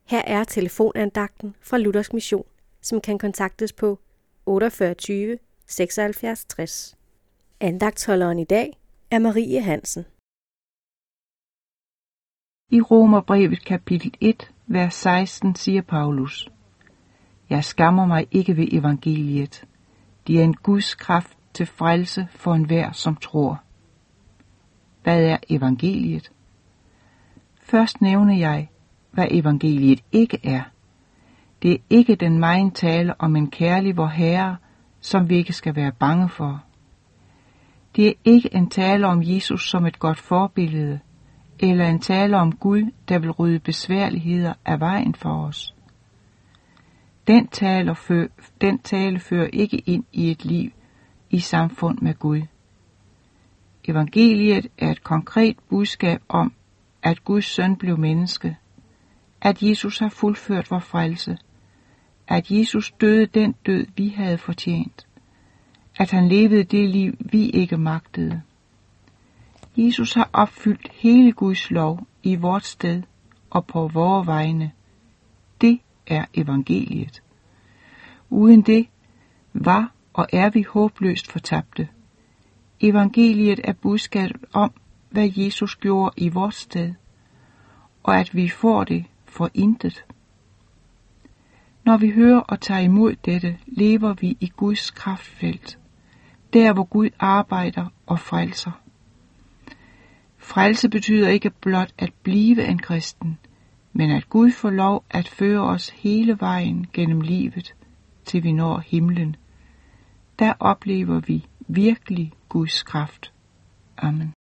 Her er telefonandagten fra Luthersk Mission, som kan kontaktes på 48 76 60. Andagtholderen i dag er Marie Hansen. I Romerbrevet kapitel 1, vers 16 siger Paulus: Jeg skammer mig ikke ved evangeliet. Det er en Guds kraft til frelse for enhver, som tror. Hvad er evangeliet? Først nævner jeg, hvad evangeliet ikke er. Det er ikke den megen tale om en kærlig vor Herre, som vi ikke skal være bange for. Det er ikke en tale om Jesus som et godt forbillede, eller en tale om Gud, der vil rydde besværligheder af vejen for os. Den tale fører ikke ind i et liv i samfund med Gud. Evangeliet er et konkret budskab om, at Guds søn blev menneske, at Jesus har fuldført vor frelse, at Jesus døde den død, vi havde fortjent, at han levede det liv, vi ikke magtede. Jesus har opfyldt hele Guds lov i vort sted og på vore vegne. Det er evangeliet. Uden det var og er vi håbløst fortabte. Evangeliet er budskabet om, hvad Jesus gjorde i vort sted, og at vi får det for intet. Når vi hører og tager imod dette, lever vi i Guds kraftfelt, der hvor Gud arbejder og frelser. Frelse betyder ikke blot at blive en kristen, men at Gud får lov at føre os hele vejen gennem livet, til vi når himlen. Der oplever vi virkelig Guds kraft. Amen.